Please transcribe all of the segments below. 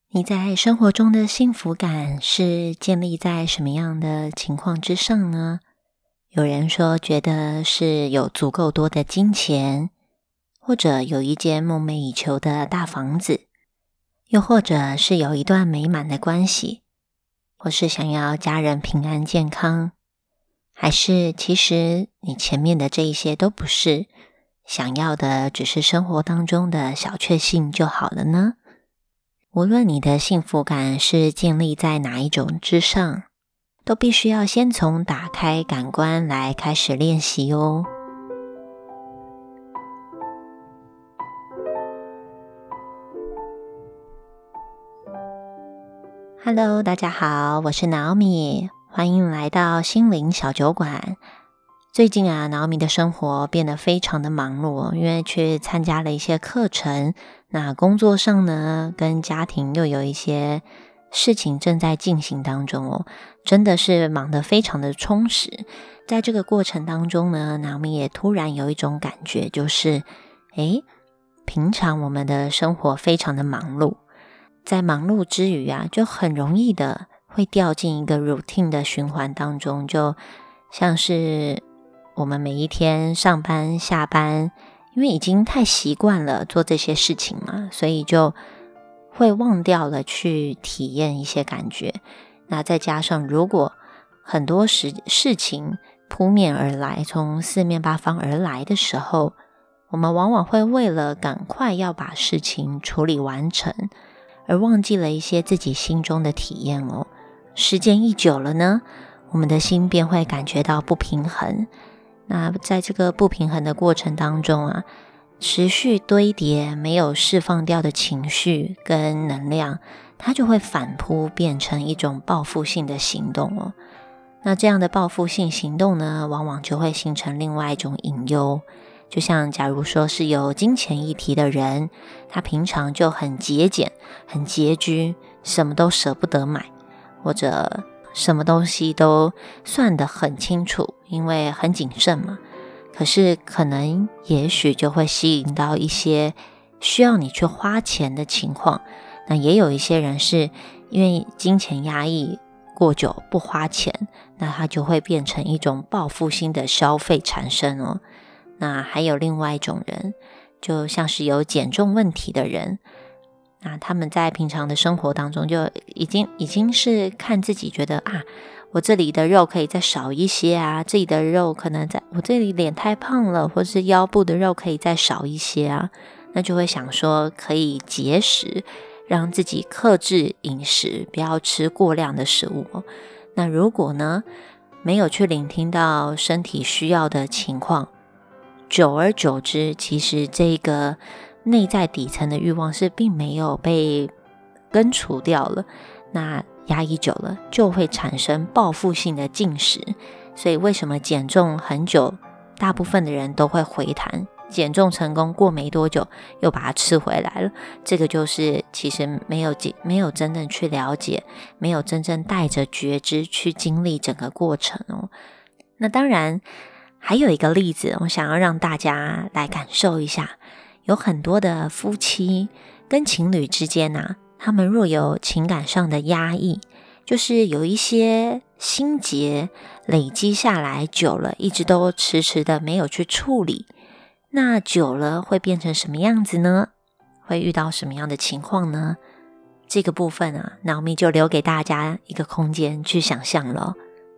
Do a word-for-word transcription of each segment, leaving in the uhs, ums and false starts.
你在生活中的幸福感是建立在什么样的情况之上呢？有人说觉得是有足够多的金钱，或者有一间梦寐以求的大房子，又或者是有一段美满的关系，或是想要家人平安健康，还是其实你前面的这一些都不是，想要的只是生活当中的小确幸就好了呢？无论你的幸福感是建立在哪一种之上，都必须要先从打开感官来开始练习哦。Hello， 大家好，我是 Naomi， 欢迎来到心灵小酒馆。最近啊 Naomi 的生活变得非常的忙碌哦，因为去参加了一些课程，那工作上呢跟家庭又有一些事情正在进行当中哦，真的是忙得非常的充实。在这个过程当中呢 Naomi 也突然有一种感觉，就是诶，平常我们的生活非常的忙碌，在忙碌之余啊，就很容易的会掉进一个 routine 的循环当中，就像是我们每一天上班下班，因为已经太习惯了做这些事情嘛，所以就会忘掉了去体验一些感觉。那再加上如果很多事事情扑面而来，从四面八方而来的时候，我们往往会为了赶快要把事情处理完成，而忘记了一些自己心中的体验哦。时间一久了呢，我们的心便会感觉到不平衡。那在这个不平衡的过程当中啊，持续堆叠没有释放掉的情绪跟能量，它就会反扑变成一种报复性的行动哦。那这样的报复性行动呢，往往就会形成另外一种隐忧。就像假如说是有金钱议题的人，他平常就很节俭很拮据，什么都舍不得买，或者什么东西都算得很清楚，因为很谨慎嘛。可是可能也许就会吸引到一些需要你去花钱的情况。那也有一些人是因为金钱压抑过久不花钱，那他就会变成一种报复性的消费产生哦。那还有另外一种人，就像是有减重问题的人，那他们在平常的生活当中就已经已经是看自己觉得啊，我这里的肉可以再少一些啊，这里的肉可能在我这里脸太胖了，或是腰部的肉可以再少一些啊，那就会想说可以节食，让自己克制饮食，不要吃过量的食物哦。那如果呢没有去聆听到身体需要的情况，久而久之，其实这个内在底层的欲望是并没有被根除掉了，那压抑久了就会产生报复性的进食。所以为什么减重很久大部分的人都会回弹，减重成功过没多久又把它吃回来了，这个就是其实没有没有真正去了解，没有真正带着觉知去经历整个过程哦。那当然还有一个例子，我想要让大家来感受一下，有很多的夫妻跟情侣之间啊，他们若有情感上的压抑，就是有一些心结累积下来久了，一直都迟迟的没有去处理，那久了会变成什么样子呢？会遇到什么样的情况呢？这个部分啊 Naomi 就留给大家一个空间去想象了。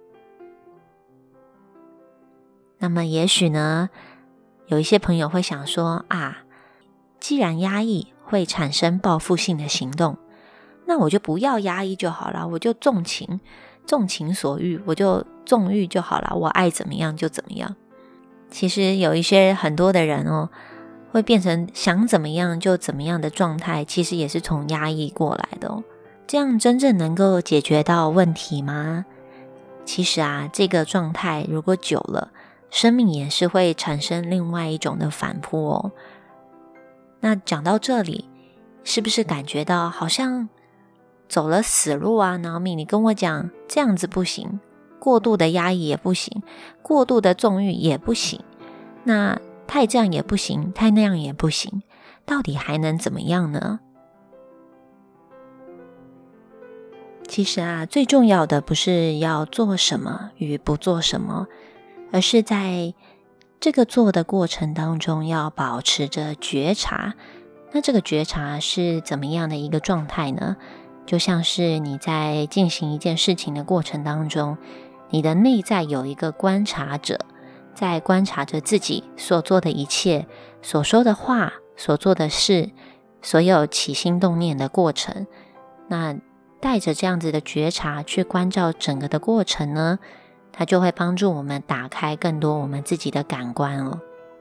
那么也许呢，有一些朋友会想说啊，既然压抑会产生报复性的行动，那我就不要压抑就好了，我就纵情纵情所欲，我就纵欲就好了，我爱怎么样就怎么样。其实有一些很多的人哦，会变成想怎么样就怎么样的状态，其实也是从压抑过来的哦。这样真正能够解决到问题吗？其实啊，这个状态如果久了，生命也是会产生另外一种的反扑哦。那讲到这里，是不是感觉到好像走了死路啊 Naomi 你跟我讲这样子不行，过度的压抑也不行，过度的纵欲也不行，那太这样也不行，太那样也不行，到底还能怎么样呢？ 其实啊，最重要的不是要做什么与不做什么，而是在这个做的过程当中要保持着觉察。那这个觉察是怎么样的一个状态呢？就像是你在进行一件事情的过程当中，你的内在有一个观察者，在观察着自己所做的一切，所说的话，所做的事，所有起心动念的过程。那带着这样子的觉察去关照整个的过程呢，它就会帮助我们打开更多我们自己的感官哦。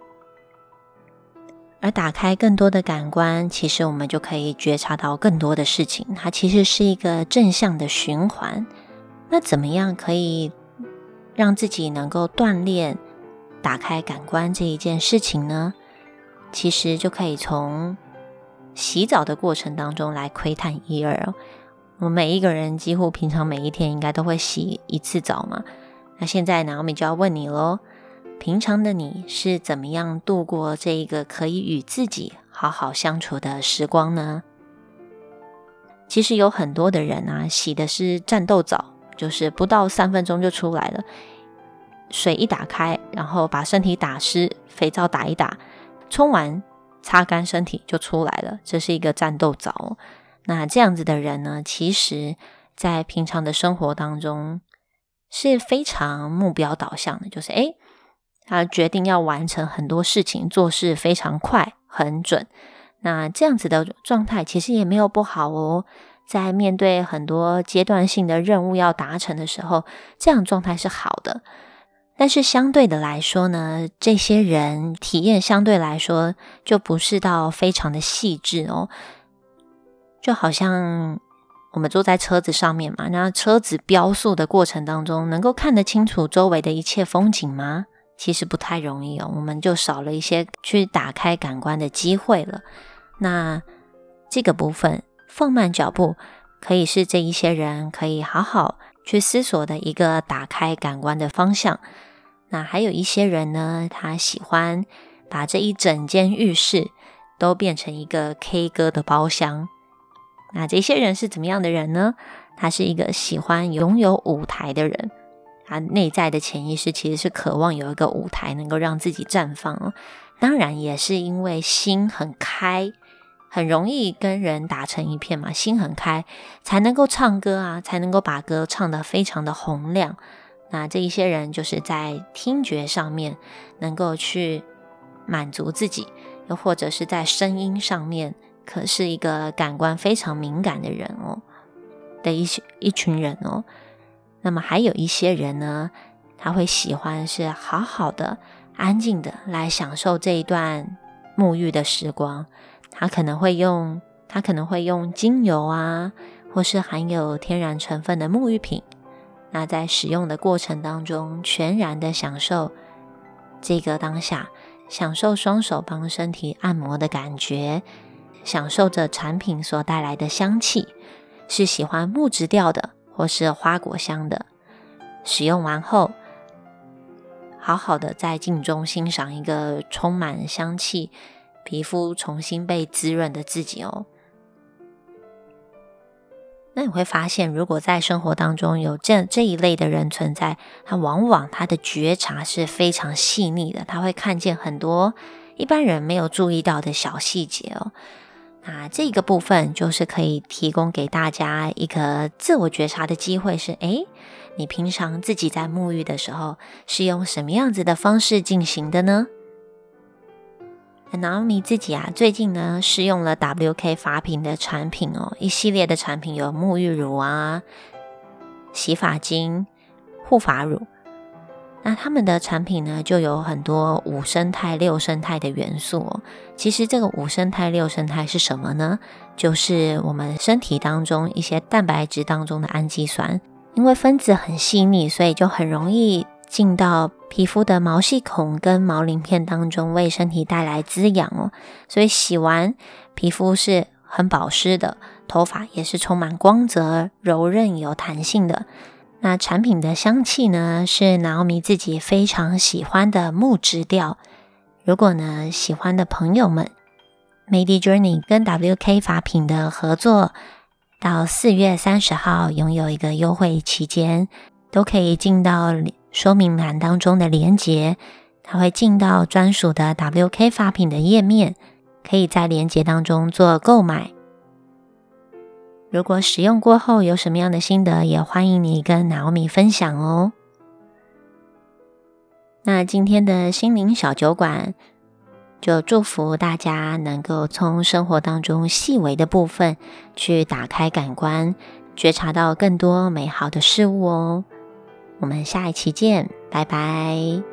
而打开更多的感官，其实我们就可以觉察到更多的事情，它其实是一个正向的循环。那怎么样可以让自己能够锻炼打开感官这一件事情呢？其实就可以从洗澡的过程当中来窥探一二哦。我们每一个人几乎平常每一天应该都会洗一次澡嘛。那现在呢，我们就要问你咯，平常的你是怎么样度过这一个可以与自己好好相处的时光呢？其实有很多的人啊，洗的是战斗澡，就是不到三分钟就出来了，水一打开，然后把身体打湿，肥皂打一打，冲完擦干身体就出来了，这是一个战斗澡哦。那这样子的人呢，其实在平常的生活当中是非常目标导向的，就是诶他决定要完成很多事情，做事非常快很准。那这样子的状态其实也没有不好哦，在面对很多阶段性的任务要达成的时候，这样的状态是好的。但是相对的来说呢，这些人体验相对来说就不是到非常的细致哦。就好像我们坐在车子上面嘛，那车子飙速的过程当中，能够看得清楚周围的一切风景吗？其实不太容易哦，我们就少了一些去打开感官的机会了。那这个部分放慢脚步，可以是这一些人可以好好去思索的一个打开感官的方向。那还有一些人呢，他喜欢把这一整间浴室都变成一个 K 歌的包厢。那这些人是怎么样的人呢？他是一个喜欢拥有舞台的人，他内在的潜意识其实是渴望有一个舞台能够让自己绽放哦。当然也是因为心很开，很容易跟人打成一片嘛，心很开才能够唱歌啊，才能够把歌唱得非常的洪亮。那这一些人就是在听觉上面能够去满足自己，又或者是在声音上面可是一个感官非常敏感的人哦，的一一群人哦。那么还有一些人呢，他会喜欢是好好的安静的来享受这一段沐浴的时光。他可能会用他可能会用精油啊，或是含有天然成分的沐浴品。那在使用的过程当中，全然的享受这个当下，享受双手帮身体按摩的感觉，享受着产品所带来的香气，是喜欢木质调的或是花果香的。使用完后，好好的在镜中欣赏一个充满香气、皮肤重新被滋润的自己哦。那你会发现，如果在生活当中有这这一类的人存在，他往往他的觉察是非常细腻的，他会看见很多一般人没有注意到的小细节哦。那这个部分就是可以提供给大家一个自我觉察的机会，是诶你平常自己在沐浴的时候是用什么样子的方式进行的呢？Naomi 自己啊，最近呢试用了 W K 发品的产品哦，一系列的产品有沐浴乳啊、洗发精、护发乳。那他们的产品呢，就有很多五生态、六生态的元素哦。其实这个五生态、六生态是什么呢？就是我们身体当中一些蛋白质当中的氨基酸，因为分子很细腻，所以就很容易进到皮肤的毛细孔跟毛鳞片当中，为身体带来滋养哦。所以洗完皮肤是很保湿的，头发也是充满光泽、柔韧有弹性的。那产品的香气呢，是 Naomi 自己非常喜欢的木质调。如果呢喜欢的朋友们，Medi Journey 跟 W K 发品的合作到四月三十号拥有一个优惠期间，都可以进到说明栏当中的连结，它会进到专属的 W K 发品的页面，可以在连结当中做购买。如果使用过后有什么样的心得，也欢迎你跟 Naomi 分享哦。那今天的心灵小酒馆就祝福大家能够从生活当中细微的部分去打开感官，觉察到更多美好的事物哦。我们下一期见，拜拜。